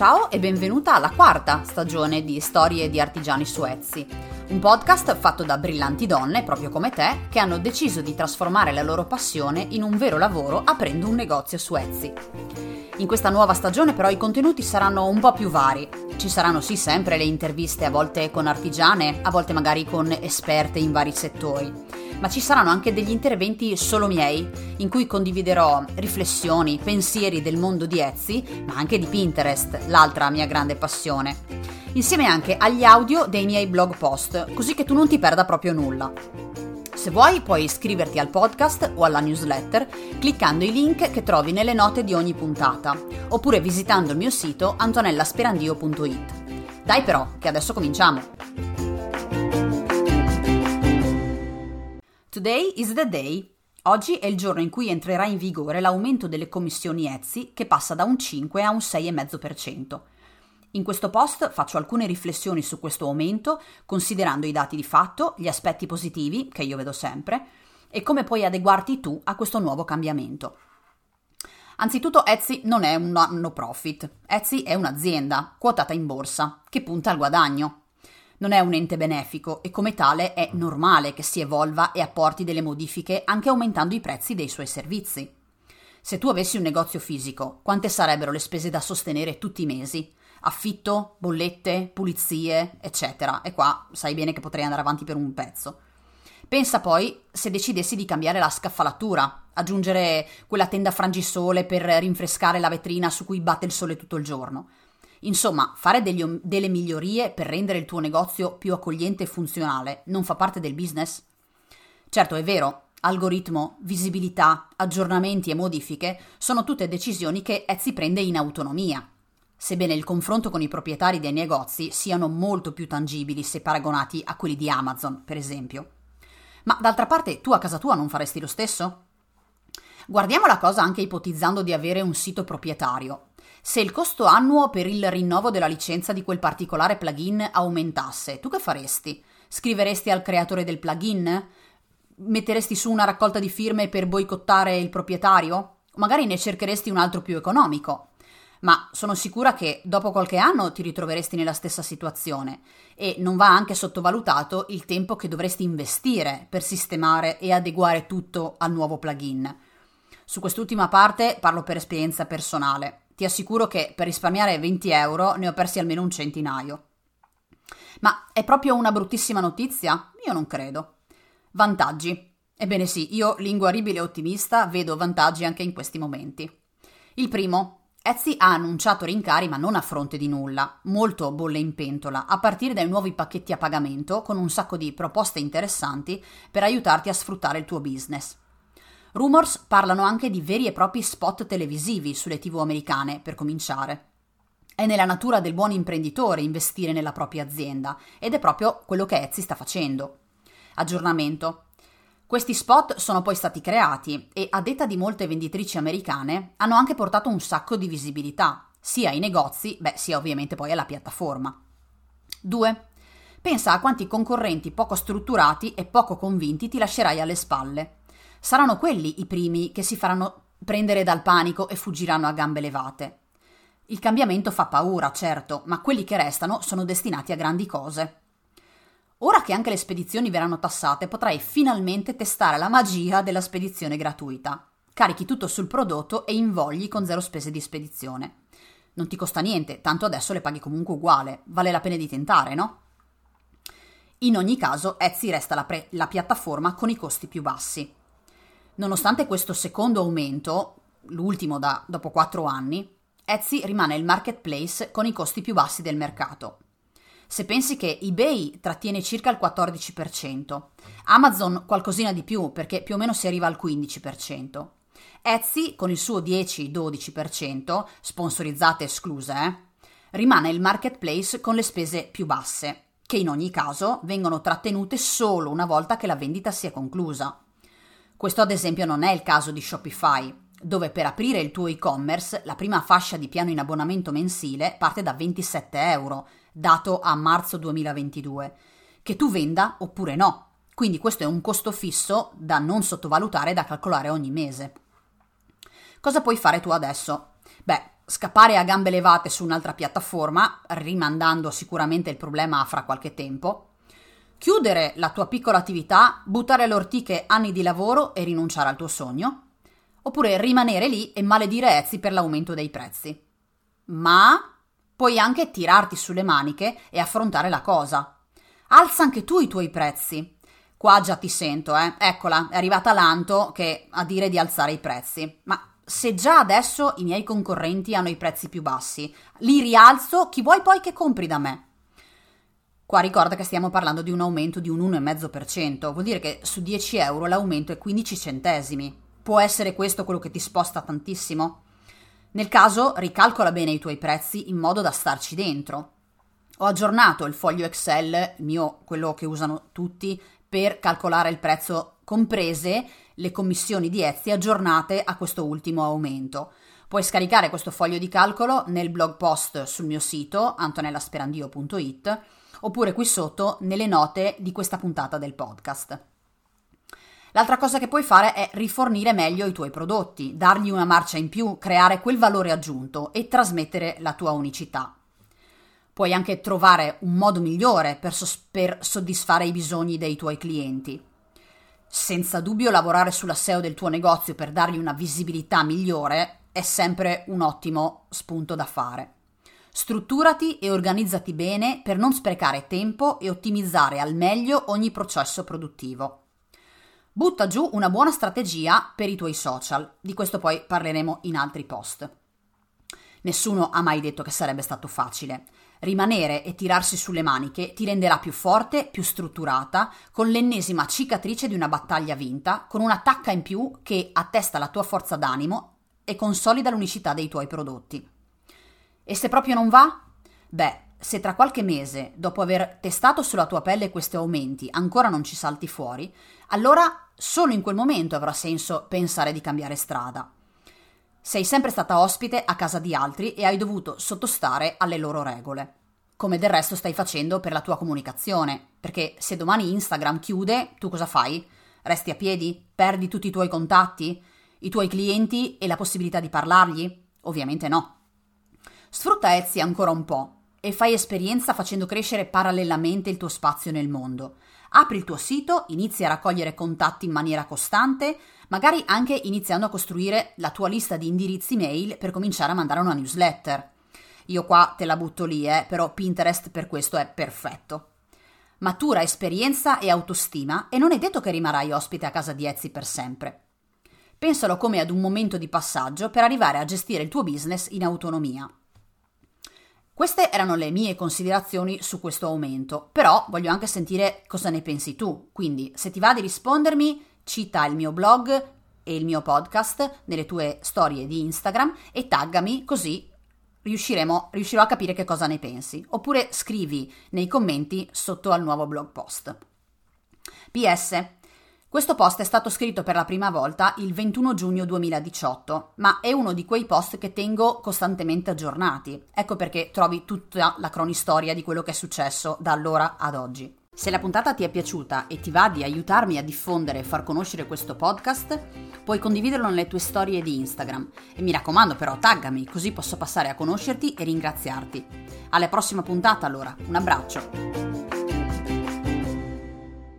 Ciao e benvenuta alla quarta stagione di Storie di artigiani su Etsy, un podcast fatto da brillanti donne, proprio come te, che hanno deciso di trasformare la loro passione in un vero lavoro aprendo un negozio su Etsy. In questa nuova stagione però i contenuti saranno un po' più vari. Ci saranno sì sempre le interviste, a volte con artigiane, a volte magari con esperte in vari settori, ma ci saranno anche degli interventi solo miei, in cui condividerò riflessioni, pensieri del mondo di Etsy, ma anche di Pinterest, l'altra mia grande passione, insieme anche agli audio dei miei blog post, così che tu non ti perda proprio nulla. Se vuoi puoi iscriverti al podcast o alla newsletter cliccando i link che trovi nelle note di ogni puntata, oppure visitando il mio sito antonellasperandio.it. Dai però, che adesso cominciamo! Today is the day. Oggi è il giorno in cui entrerà in vigore l'aumento delle commissioni Etsy, che passa da un 5 a un 6,5%. In questo post faccio alcune riflessioni su questo aumento, considerando i dati di fatto, gli aspetti positivi, che io vedo sempre, e come puoi adeguarti tu a questo nuovo cambiamento. Anzitutto Etsy non è un no profit. Etsy è un'azienda quotata in borsa che punta al guadagno. Non è un ente benefico e come tale è normale che si evolva e apporti delle modifiche anche aumentando i prezzi dei suoi servizi. Se tu avessi un negozio fisico, quante sarebbero le spese da sostenere tutti i mesi? Affitto, bollette, pulizie, eccetera. E qua sai bene che potrei andare avanti per un pezzo. Pensa poi se decidessi di cambiare la scaffalatura, aggiungere quella tenda frangisole per rinfrescare la vetrina su cui batte il sole tutto il giorno. Insomma, fare delle migliorie per rendere il tuo negozio più accogliente e funzionale non fa parte del business? Certo, è vero, algoritmo, visibilità, aggiornamenti e modifiche sono tutte decisioni che Etsy prende in autonomia, sebbene il confronto con i proprietari dei negozi siano molto più tangibili se paragonati a quelli di Amazon, per esempio. Ma d'altra parte, tu a casa tua non faresti lo stesso? Guardiamo la cosa anche ipotizzando di avere un sito proprietario. Se il costo annuo per il rinnovo della licenza di quel particolare plugin aumentasse, tu che faresti? Scriveresti al creatore del plugin? Metteresti su una raccolta di firme per boicottare il proprietario? O magari ne cercheresti un altro più economico? Ma sono sicura che dopo qualche anno ti ritroveresti nella stessa situazione e non va anche sottovalutato il tempo che dovresti investire per sistemare e adeguare tutto al nuovo plugin. Su quest'ultima parte parlo per esperienza personale. Ti assicuro che per risparmiare 20 euro ne ho persi almeno un centinaio. Ma è proprio una bruttissima notizia? Io non credo. Vantaggi. Ebbene sì, io, linguaribile ottimista, vedo vantaggi anche in questi momenti. Il primo. Etsy ha annunciato rincari ma non a fronte di nulla, molto bolle in pentola, a partire dai nuovi pacchetti a pagamento con un sacco di proposte interessanti per aiutarti a sfruttare il tuo business. Rumors parlano anche di veri e propri spot televisivi sulle TV americane, per cominciare. È nella natura del buon imprenditore investire nella propria azienda ed è proprio quello che Etsy sta facendo. Aggiornamento. Questi spot sono poi stati creati e, a detta di molte venditrici americane, hanno anche portato un sacco di visibilità, sia ai negozi, sia ovviamente poi alla piattaforma. 2. Pensa a quanti concorrenti poco strutturati e poco convinti ti lascerai alle spalle. Saranno quelli i primi che si faranno prendere dal panico e fuggiranno a gambe levate. Il cambiamento fa paura, certo, ma quelli che restano sono destinati a grandi cose. Ora che anche le spedizioni verranno tassate, potrai finalmente testare la magia della spedizione gratuita. Carichi tutto sul prodotto e invogli con 0 spese di spedizione. Non ti costa niente, tanto adesso le paghi comunque uguale. Vale la pena di tentare, no? In ogni caso, Etsy resta la piattaforma con i costi più bassi. Nonostante questo secondo aumento, l'ultimo dopo 4 anni, Etsy rimane il marketplace con i costi più bassi del mercato. Se pensi che eBay trattiene circa il 14%, Amazon qualcosina di più perché più o meno si arriva al 15%, Etsy con il suo 10-12%, sponsorizzate escluse, rimane il marketplace con le spese più basse, che in ogni caso vengono trattenute solo una volta che la vendita si è conclusa. Questo ad esempio non è il caso di Shopify, dove per aprire il tuo e-commerce la prima fascia di piano in abbonamento mensile parte da 27 euro, dato a marzo 2022, che tu venda oppure no. Quindi questo è un costo fisso da non sottovalutare e da calcolare ogni mese. Cosa puoi fare tu adesso? scappare a gambe levate su un'altra piattaforma, rimandando sicuramente il problema a fra qualche tempo, chiudere la tua piccola attività, buttare alle ortiche anni di lavoro e rinunciare al tuo sogno, oppure rimanere lì e maledire Etsy per l'aumento dei prezzi. Ma puoi anche tirarti sulle maniche e affrontare la cosa. Alza anche tu i tuoi prezzi. Qua già ti sento, Eccola, è arrivata l'Anto che a dire di alzare i prezzi. Ma se già adesso i miei concorrenti hanno i prezzi più bassi, li rialzo, chi vuoi poi che compri da me? Qua ricorda che stiamo parlando di un aumento di un 1,5%, vuol dire che su 10 euro l'aumento è 15 centesimi. Può essere questo quello che ti sposta tantissimo? Nel caso, ricalcola bene i tuoi prezzi in modo da starci dentro. Ho aggiornato il foglio Excel, quello che usano tutti, per calcolare il prezzo, comprese le commissioni di Etsy aggiornate a questo ultimo aumento. Puoi scaricare questo foglio di calcolo nel blog post sul mio sito antonellasperandio.it oppure qui sotto nelle note di questa puntata del podcast. L'altra cosa che puoi fare è rifornire meglio i tuoi prodotti, dargli una marcia in più, creare quel valore aggiunto e trasmettere la tua unicità. Puoi anche trovare un modo migliore per soddisfare i bisogni dei tuoi clienti. Senza dubbio lavorare sulla SEO del tuo negozio per dargli una visibilità migliore è sempre un ottimo spunto da fare. Strutturati e organizzati bene per non sprecare tempo e ottimizzare al meglio ogni processo produttivo. Butta giù una buona strategia per i tuoi social, di questo poi parleremo in altri post. Nessuno ha mai detto che sarebbe stato facile. Rimanere e tirarsi sulle maniche ti renderà più forte, più strutturata, con l'ennesima cicatrice di una battaglia vinta, con una tacca in più che attesta la tua forza d'animo e consolida l'unicità dei tuoi prodotti. E se proprio non va? Beh, se tra qualche mese, dopo aver testato sulla tua pelle questi aumenti, ancora non ci salti fuori, allora solo in quel momento avrà senso pensare di cambiare strada. Sei sempre stata ospite a casa di altri e hai dovuto sottostare alle loro regole, come del resto stai facendo per la tua comunicazione, perché se domani Instagram chiude, tu cosa fai? Resti a piedi? Perdi tutti i tuoi contatti? I tuoi clienti e la possibilità di parlargli? Ovviamente no. Sfrutta Etsy ancora un po' e fai esperienza facendo crescere parallelamente il tuo spazio nel mondo. Apri il tuo sito, inizi a raccogliere contatti in maniera costante, magari anche iniziando a costruire la tua lista di indirizzi mail per cominciare a mandare una newsletter. Io qua te la butto lì, però Pinterest per questo è perfetto. Matura esperienza e autostima e non è detto che rimarrai ospite a casa di Etsy per sempre. Pensalo come ad un momento di passaggio per arrivare a gestire il tuo business in autonomia. Queste erano le mie considerazioni su questo aumento, però voglio anche sentire cosa ne pensi tu, quindi se ti va di rispondermi, cita il mio blog e il mio podcast nelle tue storie di Instagram e taggami così riuscirò a capire che cosa ne pensi, oppure scrivi nei commenti sotto al nuovo blog post. PS. Questo post è stato scritto per la prima volta il 21 giugno 2018, ma è uno di quei post che tengo costantemente aggiornati. Ecco perché trovi tutta la cronistoria di quello che è successo da allora ad oggi. Se la puntata ti è piaciuta e ti va di aiutarmi a diffondere e far conoscere questo podcast, puoi condividerlo nelle tue storie di Instagram. E mi raccomando però, taggami, così posso passare a conoscerti e ringraziarti. Alla prossima puntata allora, un abbraccio!